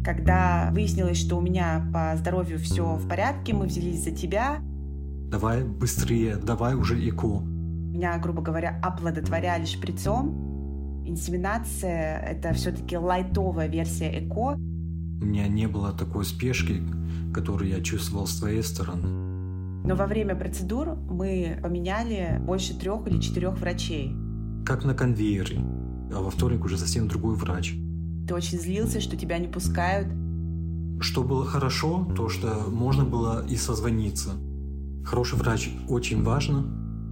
Когда выяснилось, что у меня по здоровью все в порядке, мы взялись за тебя. Давай быстрее, давай уже ЭКО. Меня, грубо говоря, оплодотворяли шприцом. Инсеминация — это все-таки лайтовая версия ЭКО. У меня не было такой спешки, которую я чувствовал с твоей стороны. Но во время процедур мы поменяли больше 3 или 4 врачей. Как на конвейере. А во вторник уже совсем другой врач. Ты очень злился, что тебя не пускают. Что было хорошо, то что можно было и созвониться. Хороший врач очень важно.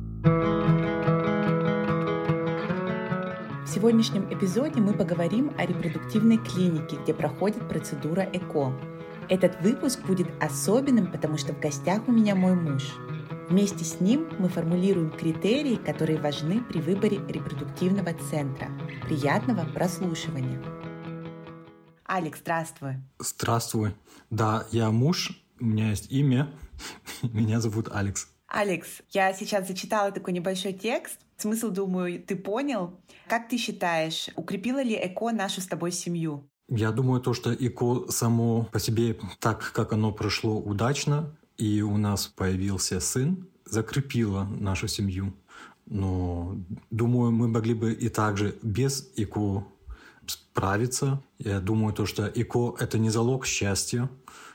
В сегодняшнем эпизоде мы поговорим о репродуктивной клинике, где проходит процедура ЭКО. Этот выпуск будет особенным, потому что в гостях у меня мой муж. Вместе с ним мы формулируем критерии, которые важны при выборе репродуктивного центра. Приятного прослушивания. Алекс, здравствуй. Здравствуй. Да, я муж, у меня есть имя, меня зовут Алекс. Алекс, я сейчас зачитала такой небольшой текст. Смысл, думаю, ты понял. Как ты считаешь, укрепило ли ЭКО нашу с тобой семью? Я думаю, то, что ЭКО само по себе, так как оно прошло удачно, и у нас появился сын, закрепило нашу семью. Но, думаю, мы могли бы и также без ЭКО справиться. Я думаю, то, что ЭКО — это не залог счастья,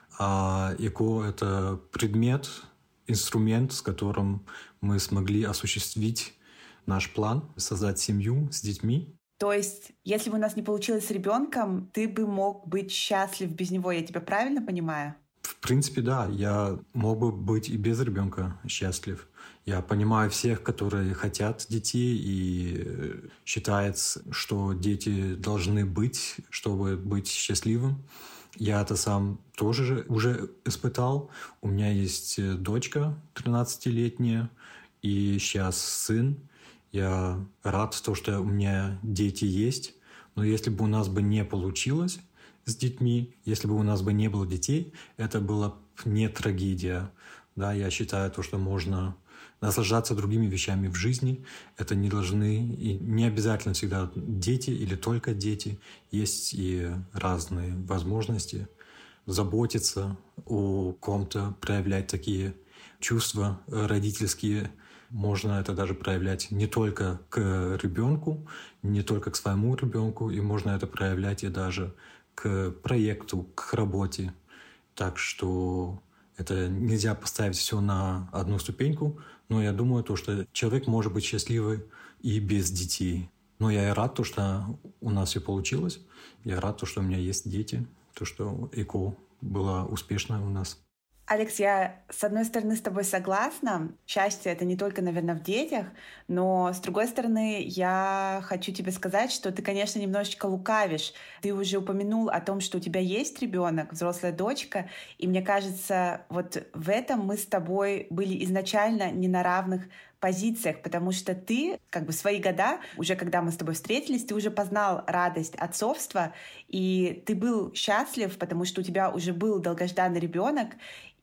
а ЭКО — это предмет, инструмент, с которым мы смогли осуществить наш план, создать семью с детьми. То есть, если бы у нас не получилось с ребенком, ты бы мог быть счастлив без него, я тебя правильно понимаю? В принципе, да, я мог бы быть и без ребенка счастлив. Я понимаю всех, которые хотят детей и считают, что дети должны быть, чтобы быть счастливым. Я это сам тоже уже испытал. У меня есть дочка 13-летняя и сейчас сын. Я рад, что у меня дети есть. Но если бы у нас бы не получилось с детьми, если бы у нас бы не было детей, это была бы не трагедия. Да, я считаю, что можно наслаждаться другими вещами в жизни. Это не должны и не обязательно всегда дети или только дети. Есть и разные возможности заботиться о ком-то, проявлять такие чувства родительские. Можно это даже проявлять не только к ребенку, не только к своему ребенку, и можно это проявлять и даже к проекту, к работе. Так что это нельзя поставить все на одну ступеньку, но я думаю, что человек может быть счастливый и без детей. Но я и рад, что у нас все получилось. Я рад, что у меня есть дети, что ЭКО было успешно у нас. Алекс, я с одной стороны с тобой согласна. Счастье — это не только, наверное, в детях, но с другой стороны я хочу тебе сказать, что ты, конечно, немножечко лукавишь. Ты уже упомянул о том, что у тебя есть ребенок, взрослая дочка, и мне кажется, вот в этом мы с тобой были изначально не на равных позициях, потому что ты, в свои года, уже когда мы с тобой встретились, ты уже познал радость отцовства, и ты был счастлив, потому что у тебя уже был долгожданный ребенок.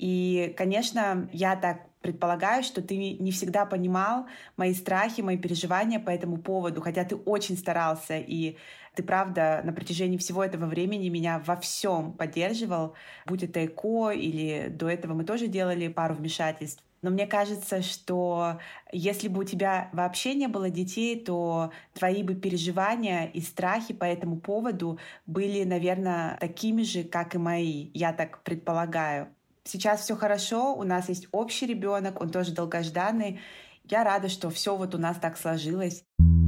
И, конечно, я так предполагаю, что ты не всегда понимал мои страхи, мои переживания по этому поводу, хотя ты очень старался, и ты, правда, на протяжении всего этого времени меня во всем поддерживал, будь это ЭКО или до этого мы тоже делали пару вмешательств. Но мне кажется, что если бы у тебя вообще не было детей, то твои бы переживания и страхи по этому поводу были, наверное, такими же, как и мои. Я так предполагаю. Сейчас все хорошо, у нас есть общий ребенок, он тоже долгожданный. Я рада, что все вот у нас так сложилось.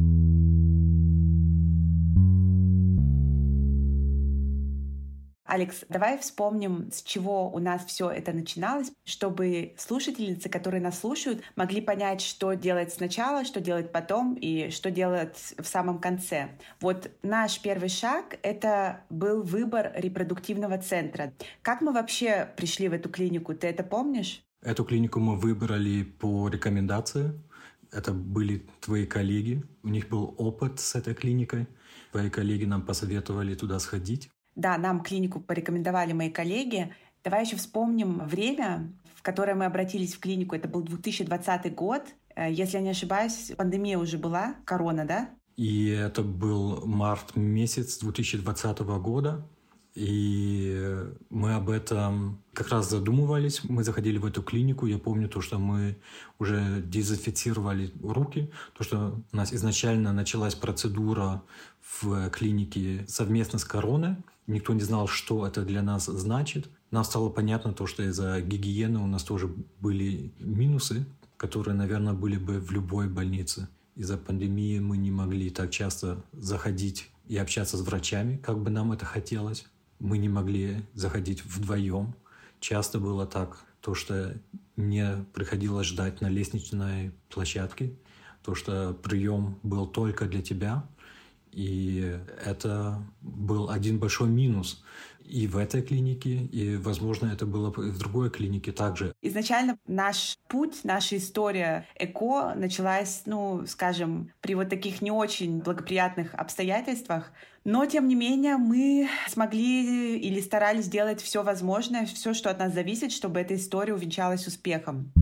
Алекс, давай вспомним, с чего у нас все это начиналось, чтобы слушательницы, которые нас слушают, могли понять, что делать сначала, что делать потом и что делать в самом конце. Вот наш первый шаг — это был выбор репродуктивного центра. Как мы вообще пришли в эту клинику, ты это помнишь? Эту клинику мы выбрали по рекомендации. Это были твои коллеги, у них был опыт с этой клиникой. Твои коллеги нам посоветовали туда сходить. Да, нам клинику порекомендовали мои коллеги. Давай еще вспомним время, в которое мы обратились в клинику. Это был 2020 год. Если я не ошибаюсь, пандемия уже была, корона, да? И это был март месяц 2020 года. И мы об этом как раз задумывались. Мы заходили в эту клинику. Я помню то, что мы уже дезинфицировали руки. То, что у нас изначально началась процедура в клинике совместно с короной. Никто не знал, что это для нас значит. Нам стало понятно то, что из-за гигиены у нас тоже были минусы, которые, наверное, были бы в любой больнице. Из-за пандемии мы не могли так часто заходить и общаться с врачами, как бы нам это хотелось. Мы не могли заходить вдвоем. Часто было так, то, что мне приходилось ждать на лестничной площадке, то, что прием был только для тебя. И это был один большой минус и в этой клинике, и, возможно, это было и в другой клинике также. Изначально наш путь, наша история ЭКО началась, скажем, при вот таких не очень благоприятных обстоятельствах. Но, тем не менее, мы смогли или старались сделать все возможное, все, что от нас зависит, чтобы эта история увенчалась успехом.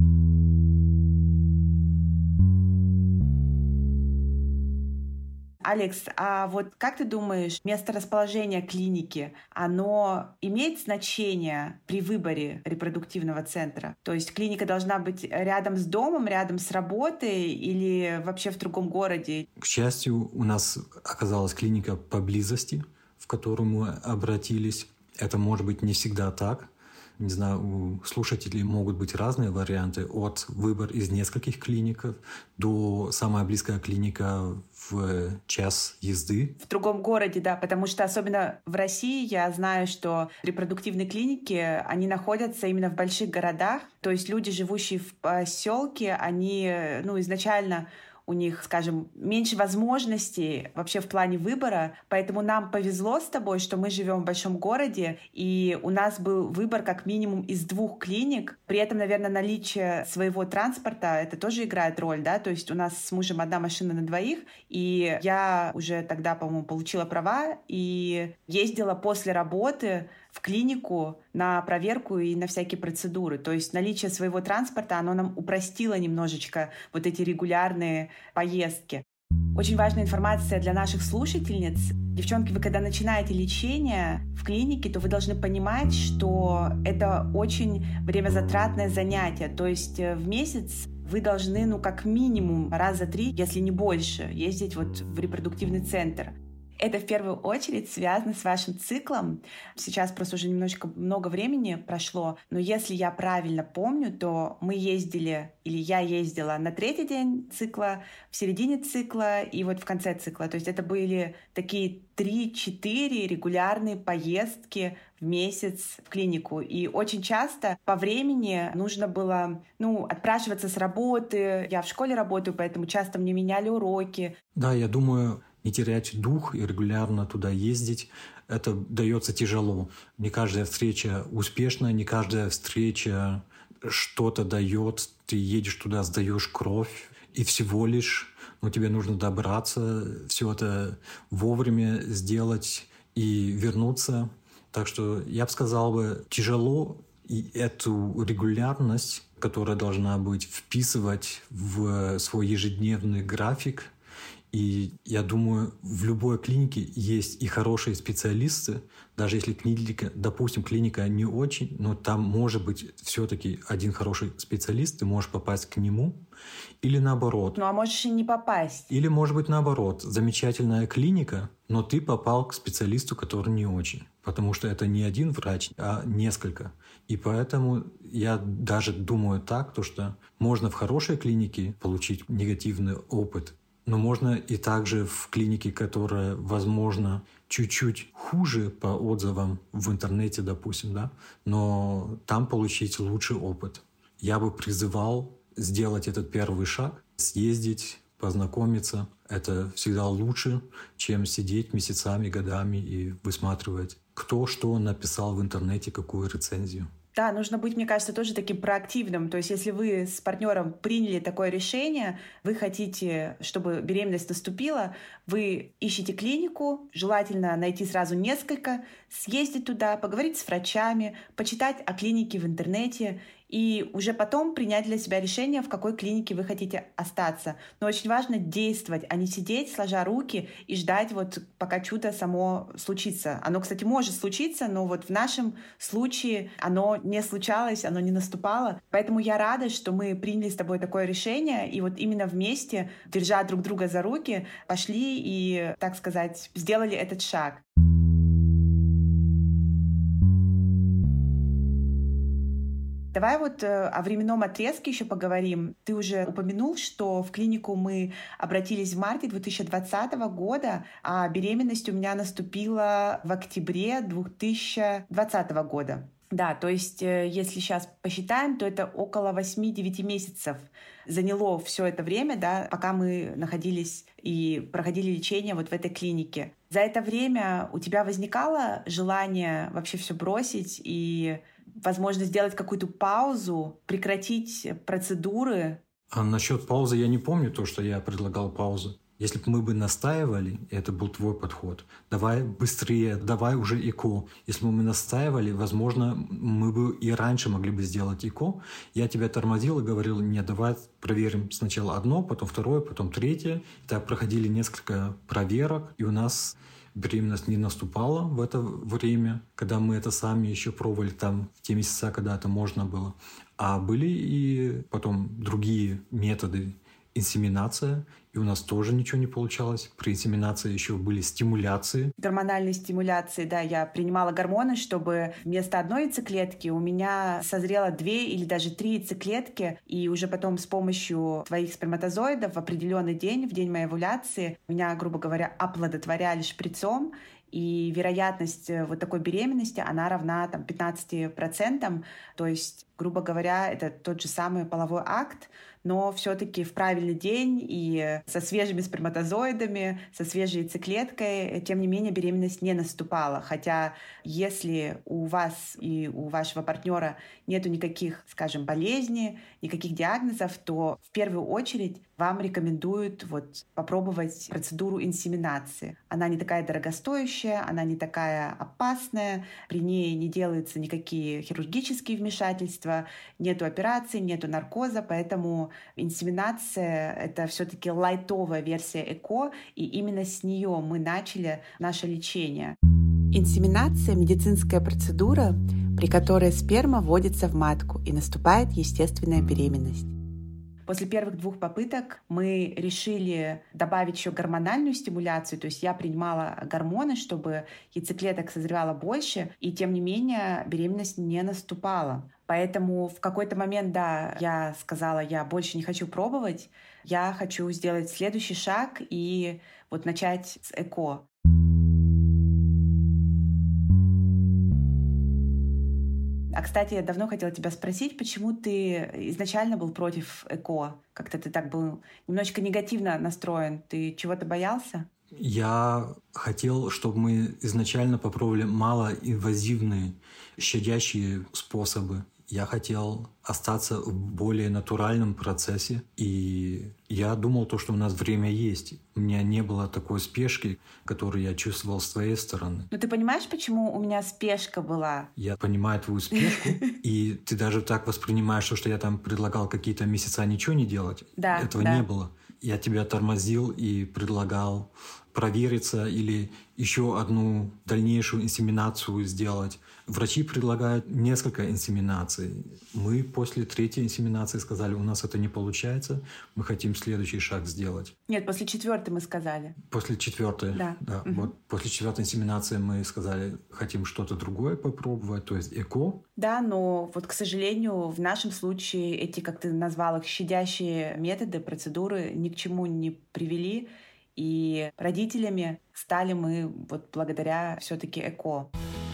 Алекс, а вот как ты думаешь, месторасположение клиники, оно имеет значение при выборе репродуктивного центра? То есть клиника должна быть рядом с домом, рядом с работой или вообще в другом городе? К счастью, у нас оказалась клиника поблизости, в которую мы обратились. Это может быть не всегда так. Не знаю, у слушателей могут быть разные варианты. От выбора из нескольких клиник до самая близкая клиника в час езды. В другом городе, да, потому что особенно в России я знаю, что репродуктивные клиники, они находятся именно в больших городах. То есть люди, живущие в поселке, они, изначально у них, скажем, меньше возможностей вообще в плане выбора. Поэтому нам повезло с тобой, что мы живем в большом городе, и у нас был выбор как минимум из 2 клиник. При этом, наверное, наличие своего транспорта, это тоже играет роль, да? То есть у нас с мужем 1 машина на 2, и я уже тогда, по-моему, получила права и ездила после работы в клинику на проверку и на всякие процедуры. То есть наличие своего транспорта, оно нам упростило немножечко вот эти регулярные поездки. Очень важная информация для наших слушательниц. Девчонки, вы когда начинаете лечение в клинике, то вы должны понимать, что это очень времязатратное занятие. То есть в месяц вы должны, как минимум раза 3, если не больше, ездить вот в репродуктивный центр. Это в первую очередь связано с вашим циклом. Сейчас просто уже немножечко много времени прошло, но если я правильно помню, то мы ездили, или я ездила на 3-й день цикла, в середине цикла и вот в конце цикла. То есть это были такие 3-4 регулярные поездки в месяц в клинику. И очень часто по времени нужно было, отпрашиваться с работы. Я в школе работаю, поэтому часто мне меняли уроки. Да, я думаю, не терять дух и регулярно туда ездить, это дается тяжело. Не каждая встреча успешна, не каждая встреча что-то дает. Ты едешь туда, сдаешь кровь, и всего лишь тебе нужно добраться, все это вовремя сделать и вернуться. Так что я бы сказал, тяжело и эту регулярность, которая должна быть, вписывать в свой ежедневный график. И я думаю, в любой клинике есть и хорошие специалисты, даже если клиника, допустим, клиника не очень, но там может быть все-таки один хороший специалист, ты можешь попасть к нему, или наоборот. А можешь и не попасть. Или может быть наоборот, замечательная клиника, но ты попал к специалисту, который не очень, потому что это не один врач, а несколько. И поэтому я даже думаю так, что можно в хорошей клинике получить негативный опыт, но можно и также в клинике, которая, возможно, чуть-чуть хуже по отзывам в интернете, допустим, да, но там получить лучший опыт. Я бы призывал сделать этот первый шаг, съездить, познакомиться. Это всегда лучше, чем сидеть месяцами, годами и высматривать, кто что написал в интернете, какую рецензию. Да, нужно быть, мне кажется, тоже таким проактивным. То есть если вы с партнером приняли такое решение, вы хотите, чтобы беременность наступила, вы ищете клинику, желательно найти сразу несколько, съездить туда, поговорить с врачами, почитать о клинике в интернете и уже потом принять для себя решение, в какой клинике вы хотите остаться. Но очень важно действовать, а не сидеть, сложа руки и ждать, вот пока чудо само случится. Оно, кстати, может случиться, но вот в нашем случае оно не случалось, оно не наступало. Поэтому я рада, что мы приняли с тобой такое решение, и вот именно вместе, держа друг друга за руки, пошли и, так сказать, сделали этот шаг. Давай вот о временном отрезке еще поговорим. Ты уже упомянул, что в клинику мы обратились в марте 2020 года, а беременность у меня наступила в октябре 2020 года. Да, то есть если сейчас посчитаем, то это около 8-9 месяцев заняло все это время, да, пока мы находились и проходили лечение вот в этой клинике. За это время у тебя возникало желание вообще все бросить и, возможно, сделать какую-то паузу, прекратить процедуры? А насчет паузы я не помню то, что я предлагал паузу. Если бы мы настаивали, это был твой подход, давай быстрее, давай уже ЭКО. Если бы мы настаивали, возможно, мы бы и раньше могли бы сделать ЭКО. Я тебя тормозил и говорил, нет, давай проверим сначала одно, потом второе, потом третье. Так проходили несколько проверок, и у нас беременность не наступала в это время, когда мы это сами еще пробовали, там, в те месяца, когда это можно было. А были и потом другие методы. Инсеминация, и у нас тоже ничего не получалось. При инсеминации еще были стимуляции. Гормональные стимуляции, да, я принимала гормоны, чтобы вместо одной яйцеклетки у меня созрело 2 или даже 3 яйцеклетки, и уже потом с помощью твоих сперматозоидов в определенный день, в день моей овуляции, меня, грубо говоря, оплодотворяли шприцом, и вероятность вот такой беременности, она равна там 15%, то есть, грубо говоря, это тот же самый половой акт, но все-таки в правильный день и со свежими сперматозоидами, со свежей яйцеклеткой, тем не менее, беременность не наступала. Хотя если у вас и у вашего партнера нету никаких, скажем, болезней, никаких диагнозов, то в первую очередь вам рекомендуют вот попробовать процедуру инсеминации. Она не такая дорогостоящая, она не такая опасная, при ней не делаются никакие хирургические вмешательства, нету операций, нету наркоза, поэтому инсеминация — это все-таки лайтовая версия ЭКО, и именно с нее мы начали наше лечение. Инсеминация — медицинская процедура, при которой сперма вводится в матку и наступает естественная беременность. После первых 2 попыток мы решили добавить еще гормональную стимуляцию, то есть я принимала гормоны, чтобы яйцеклеток созревало больше, и тем не менее беременность не наступала. Поэтому в какой-то момент, да, я сказала, я больше не хочу пробовать, я хочу сделать следующий шаг и вот начать с ЭКО. А, кстати, я давно хотела тебя спросить, почему ты изначально был против ЭКО? Как-то ты так был немножечко негативно настроен. Ты чего-то боялся? Я хотел, чтобы мы изначально попробовали малоинвазивные, щадящие способы. Я хотел остаться в более натуральном процессе. И я думал, что у нас время есть. У меня не было такой спешки, которую я чувствовал с твоей стороны. Но ты понимаешь, почему у меня спешка была? Я понимаю твою спешку. И ты даже так воспринимаешь, что я там предлагал какие-то месяца ничего не делать. Да, этого не было. Я тебя тормозил и предлагал провериться или еще одну дальнейшую инсеминацию сделать. Врачи предлагают несколько инсеминаций. Мы после 3-й инсеминации сказали, у нас это не получается, мы хотим следующий шаг сделать. Нет, после 4-й мы сказали. После 4-й, да. Угу. Вот после 4-й инсеминации мы сказали, хотим что-то другое попробовать, то есть ЭКО. Да, но вот, к сожалению, в нашем случае эти, как ты назвал их, щадящие методы, процедуры ни к чему не привели. И родителями стали мы вот благодаря все-таки ЭКО.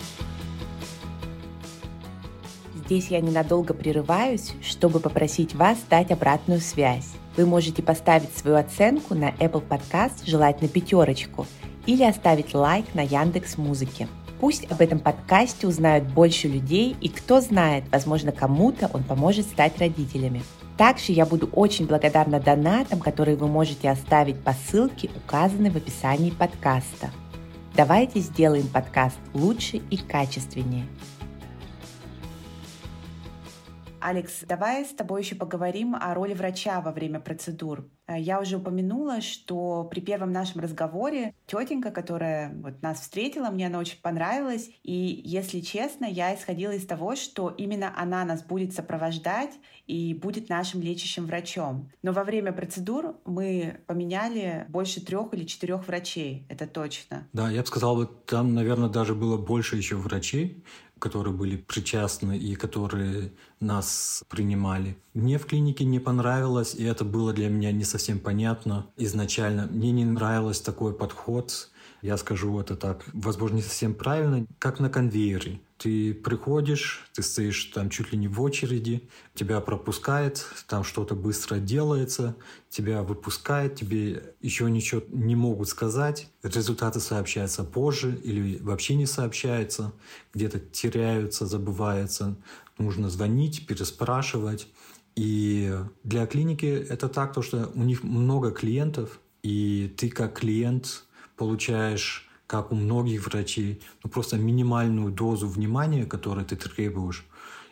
Здесь я ненадолго прерываюсь, чтобы попросить вас дать обратную связь. Вы можете поставить свою оценку на Apple Podcast, желательно 5, или оставить лайк на Яндекс.Музыке. Пусть об этом подкасте узнают больше людей, и кто знает, возможно, кому-то он поможет стать родителями. Также я буду очень благодарна донатам, которые вы можете оставить по ссылке, указанной в описании подкаста. Давайте сделаем подкаст лучше и качественнее. Алекс, давай с тобой еще поговорим о роли врача во время процедур. Я уже упомянула, что при первом нашем разговоре тетенька, которая вот нас встретила, мне она очень понравилась. И, если честно, я исходила из того, что именно она нас будет сопровождать и будет нашим лечащим врачом. Но во время процедур мы поменяли больше 3 или 4 врачей, это точно. Да, я бы сказал, вот там, наверное, даже было больше еще врачей, которые были причастны и которые нас принимали. Мне в клинике не понравилось, и это было для меня не совсем понятно изначально. Мне не нравился такой подход, я скажу это так, возможно, не совсем правильно, как на конвейере. Ты приходишь, ты стоишь там чуть ли не в очереди, тебя пропускает, там что-то быстро делается, тебя выпускает, тебе еще ничего не могут сказать, результаты сообщаются позже или вообще не сообщаются, где-то теряются, забываются, нужно звонить, переспрашивать. И для клиники это так, то что у них много клиентов, и ты как клиент получаешь, как у многих врачей, просто минимальную дозу внимания, которую ты требуешь.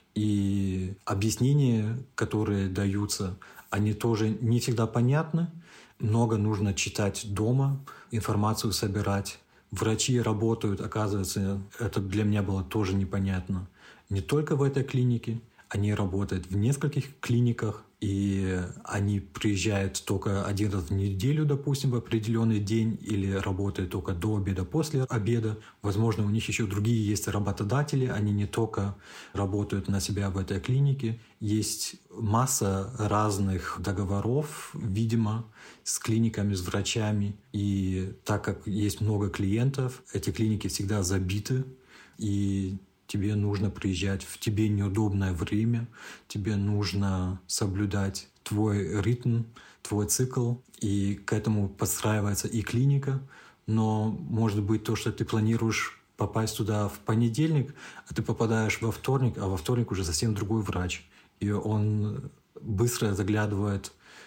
И объяснения, которые даются, они тоже не всегда понятны. Много нужно читать дома, информацию собирать. Врачи работают, оказывается, это для меня было тоже непонятно. Не только в этой клинике, они работают в нескольких клиниках, и они приезжают только один раз в неделю, допустим, в определенный день, или работают только до обеда, после обеда. Возможно, у них еще другие есть работодатели, они не только работают на себя в этой клинике. Есть масса разных договоров, видимо, с клиниками, с врачами. И так как есть много клиентов, эти клиники всегда забиты, и тебе нужно приезжать в тебе неудобное время, тебе нужно соблюдать твой ритм, твой цикл, и к этому подстраивается и клиника. Но может быть то, что ты планируешь попасть туда в понедельник, а ты попадаешь во вторник, а во вторник уже совсем другой врач. И он быстро заглядывает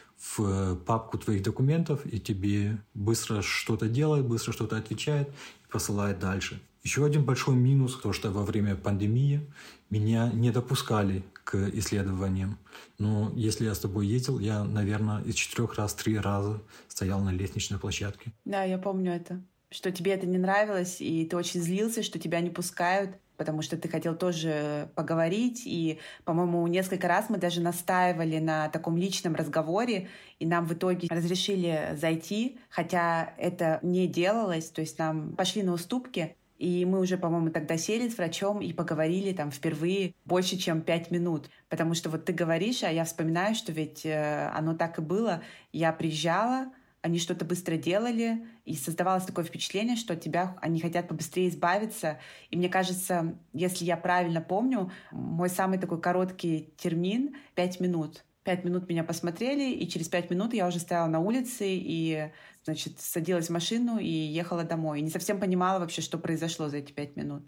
в папку твоих документов и тебе быстро что-то делает, быстро что-то отвечает и посылает дальше. Еще один большой минус, то что во время пандемии меня не допускали к исследованиям. Но если я с тобой ездил, я, наверное, из 4 раз 3 раза стоял на лестничной площадке. Да, я помню это. Что тебе это не нравилось, и ты очень злился, что тебя не пускают, потому что ты хотел тоже поговорить. И, по-моему, несколько раз мы даже настаивали на таком личном разговоре, и нам в итоге разрешили зайти, хотя это не делалось, то есть нам пошли на уступки. И мы уже, по-моему, тогда сели с врачом и поговорили там впервые больше, чем 5 минут. Потому что вот ты говоришь, а я вспоминаю, что ведь оно так и было. Я приезжала, они что-то быстро делали, и создавалось такое впечатление, что от тебя они хотят побыстрее избавиться. И мне кажется, если я правильно помню, мой самый такой короткий термин — 5 минут. 5 минут меня посмотрели, и через 5 минут я уже стояла на улице и, значит, садилась в машину и ехала домой. И не совсем понимала вообще, что произошло за эти 5 минут.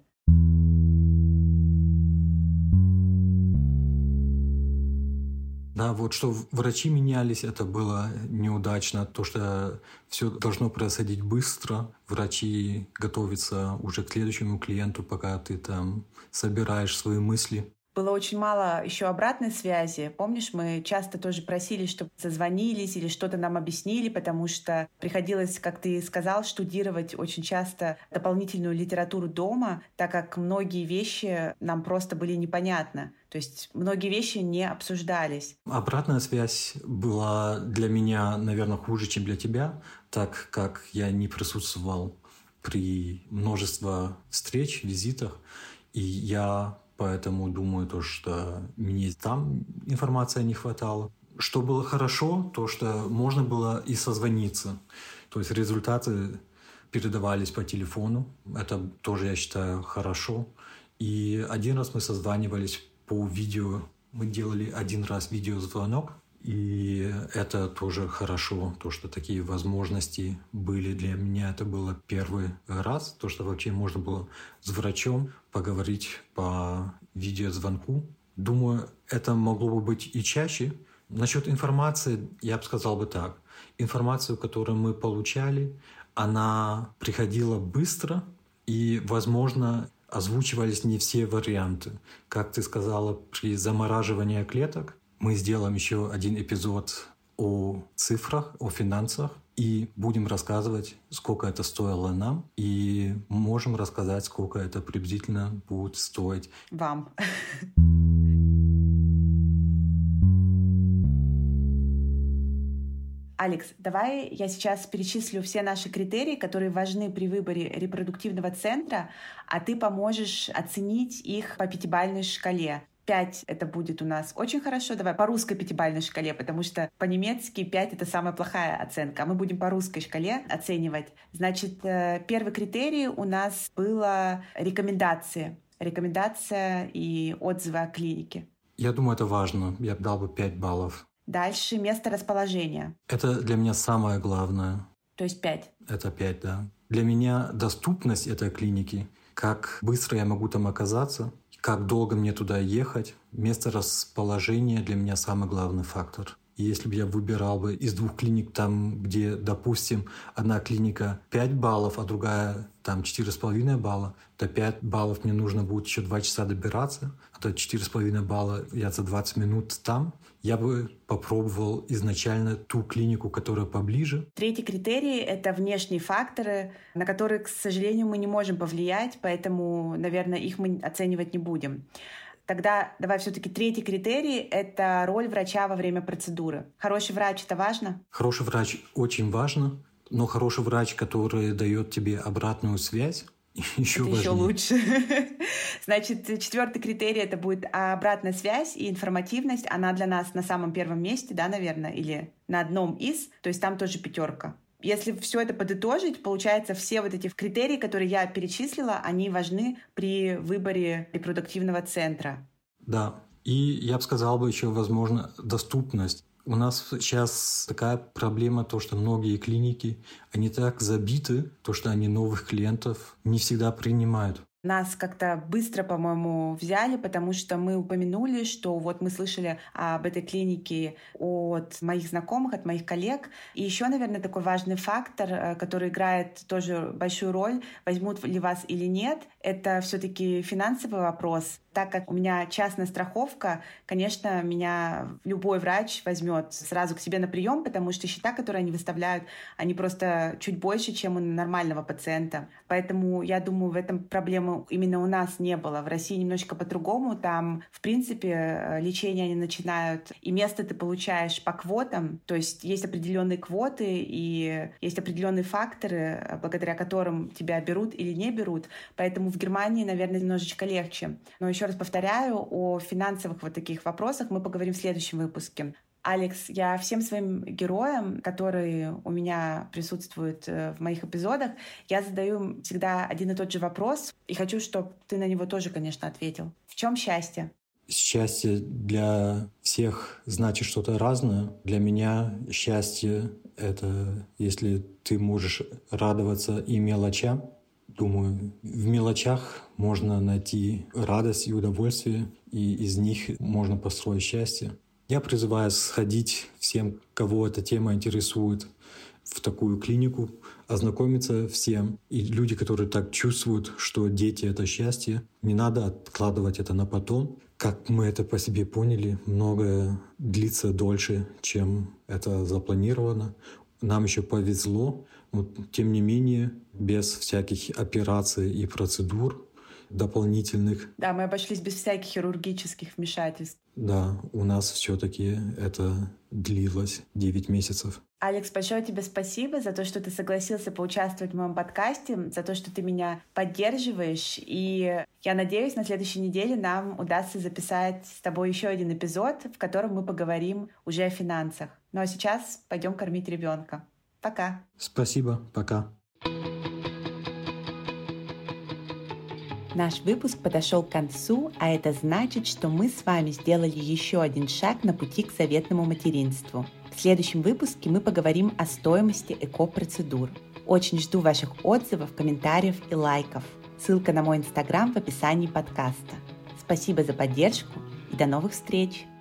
Да, вот что врачи менялись, это было неудачно. То, что все должно происходить быстро. Врачи готовятся уже к следующему клиенту, пока ты там собираешь свои мысли. Было очень мало еще обратной связи. Помнишь, мы часто тоже просили, чтобы созвонились или что-то нам объяснили, потому что приходилось, как ты сказал, штудировать очень часто дополнительную литературу дома, так как многие вещи нам просто были непонятны. То есть многие вещи не обсуждались. Обратная связь была для меня, наверное, хуже, чем для тебя, так как я не присутствовал при множестве встреч, визитах, и я поэтому думаю, то, что мне там информации не хватало. Что было хорошо, то, что можно было и созвониться. То есть результаты передавались по телефону. Это тоже, я считаю, хорошо. И один раз мы созванивались по видео. Мы делали один раз видеозвонок. И это тоже хорошо, то, что такие возможности были для меня. Это было первый раз, то, что вообще можно было с врачом поговорить по видеозвонку. Думаю, это могло бы быть и чаще. Насчет информации я бы сказал бы так. Информацию, которую мы получали, она приходила быстро, и, возможно, озвучивались не все варианты. Как ты сказала, при замораживании клеток мы сделаем еще один эпизод о цифрах, о финансах, и будем рассказывать, сколько это стоило нам, и можем рассказать, сколько это приблизительно будет стоить вам. Алекс, давай я сейчас перечислю все наши критерии, которые важны при выборе репродуктивного центра, а ты поможешь оценить их по пятибалльной шкале. 5 это будет у нас очень хорошо. Давай по русской пятибалльной шкале, потому что по-немецки 5 — это самая плохая оценка, а мы будем по русской шкале оценивать. Значит, первый критерий у нас было рекомендации. Рекомендация и отзывы о клинике. Я думаю, это важно. Я дал бы 5 баллов. Дальше место расположения. Это для меня самое главное. То есть 5. Это 5, да. Для меня доступность этой клиники, как быстро я могу там оказаться, как долго мне туда ехать, место расположения для меня самый главный фактор. И если бы я выбирал бы из 2 клиник там, где, допустим, одна клиника 5 баллов, а другая там 4,5 балла, то 5 баллов мне нужно будет еще 2 часа добираться, а то 4,5 балла я за 20 минут там, я бы попробовал изначально ту клинику, которая поближе. Третий критерий — это внешние факторы, на которые, к сожалению, мы не можем повлиять, поэтому, наверное, их мы оценивать не будем. Тогда давай все-таки третий критерий — это роль врача во время процедуры. Хороший врач — это важно? Хороший врач очень важно, но хороший врач, который дает тебе обратную связь, еще важнее. Еще лучше. Значит, четвертый критерий — это будет обратная связь и информативность. Она для нас на самом первом месте, да, наверное, или на одном из, то есть там тоже 5. Если все это подытожить, получается, все вот эти критерии, которые я перечислила, они важны при выборе репродуктивного центра. Да, и я бы сказал еще, возможно, доступность. У нас сейчас такая проблема, то, что многие клиники, они так забиты, то, что они новых клиентов не всегда принимают. Нас как-то быстро, по-моему, взяли, потому что мы упомянули, что вот мы слышали об этой клинике от моих знакомых, от моих коллег. И еще, наверное, такой важный фактор, который играет тоже большую роль, возьмут ли вас или нет, это все-таки финансовый вопрос. Так как у меня частная страховка, конечно, меня любой врач возьмет сразу к себе на прием, потому что счета, которые они выставляют, они просто чуть больше, чем у нормального пациента. Поэтому я думаю, в этом проблемы именно у нас не было. В России немножечко по-другому. Там, в принципе, лечение они начинают, и место ты получаешь по квотам. То есть есть определенные квоты и есть определенные факторы, благодаря которым тебя берут или не берут. Поэтому в Германии, наверное, немножечко легче. Но еще раз повторяю, о финансовых вот таких вопросах мы поговорим в следующем выпуске. Алекс, я всем своим героям, которые у меня присутствуют в моих эпизодах, я задаю всегда один и тот же вопрос, и хочу, чтобы ты на него тоже, конечно, ответил. В чем счастье? Счастье для всех значит что-то разное. Для меня счастье — это если ты можешь радоваться и мелочам. Думаю, в мелочах можно найти радость и удовольствие, и из них можно построить счастье. Я призываю сходить всем, кого эта тема интересует, в такую клинику, ознакомиться всем. И люди, которые так чувствуют, что дети — это счастье, не надо откладывать это на потом. Как мы это по себе поняли, многое длится дольше, чем это запланировано. Нам еще повезло, но тем не менее, без всяких операций и процедур дополнительных. Да, мы обошлись без всяких хирургических вмешательств. Да, у нас все-таки это длилось 9 месяцев. Алекс, большое тебе спасибо за то, что ты согласился поучаствовать в моем подкасте, за то, что ты меня поддерживаешь. И я надеюсь, на следующей неделе нам удастся записать с тобой еще один эпизод, в котором мы поговорим уже о финансах. Ну а сейчас пойдем кормить ребенка. Пока. Спасибо, пока. Наш выпуск подошел к концу, а это значит, что мы с вами сделали еще один шаг на пути к заветному материнству. В следующем выпуске мы поговорим о стоимости ЭКО-процедур. Очень жду ваших отзывов, комментариев и лайков. Ссылка на мой инстаграм в описании подкаста. Спасибо за поддержку и до новых встреч!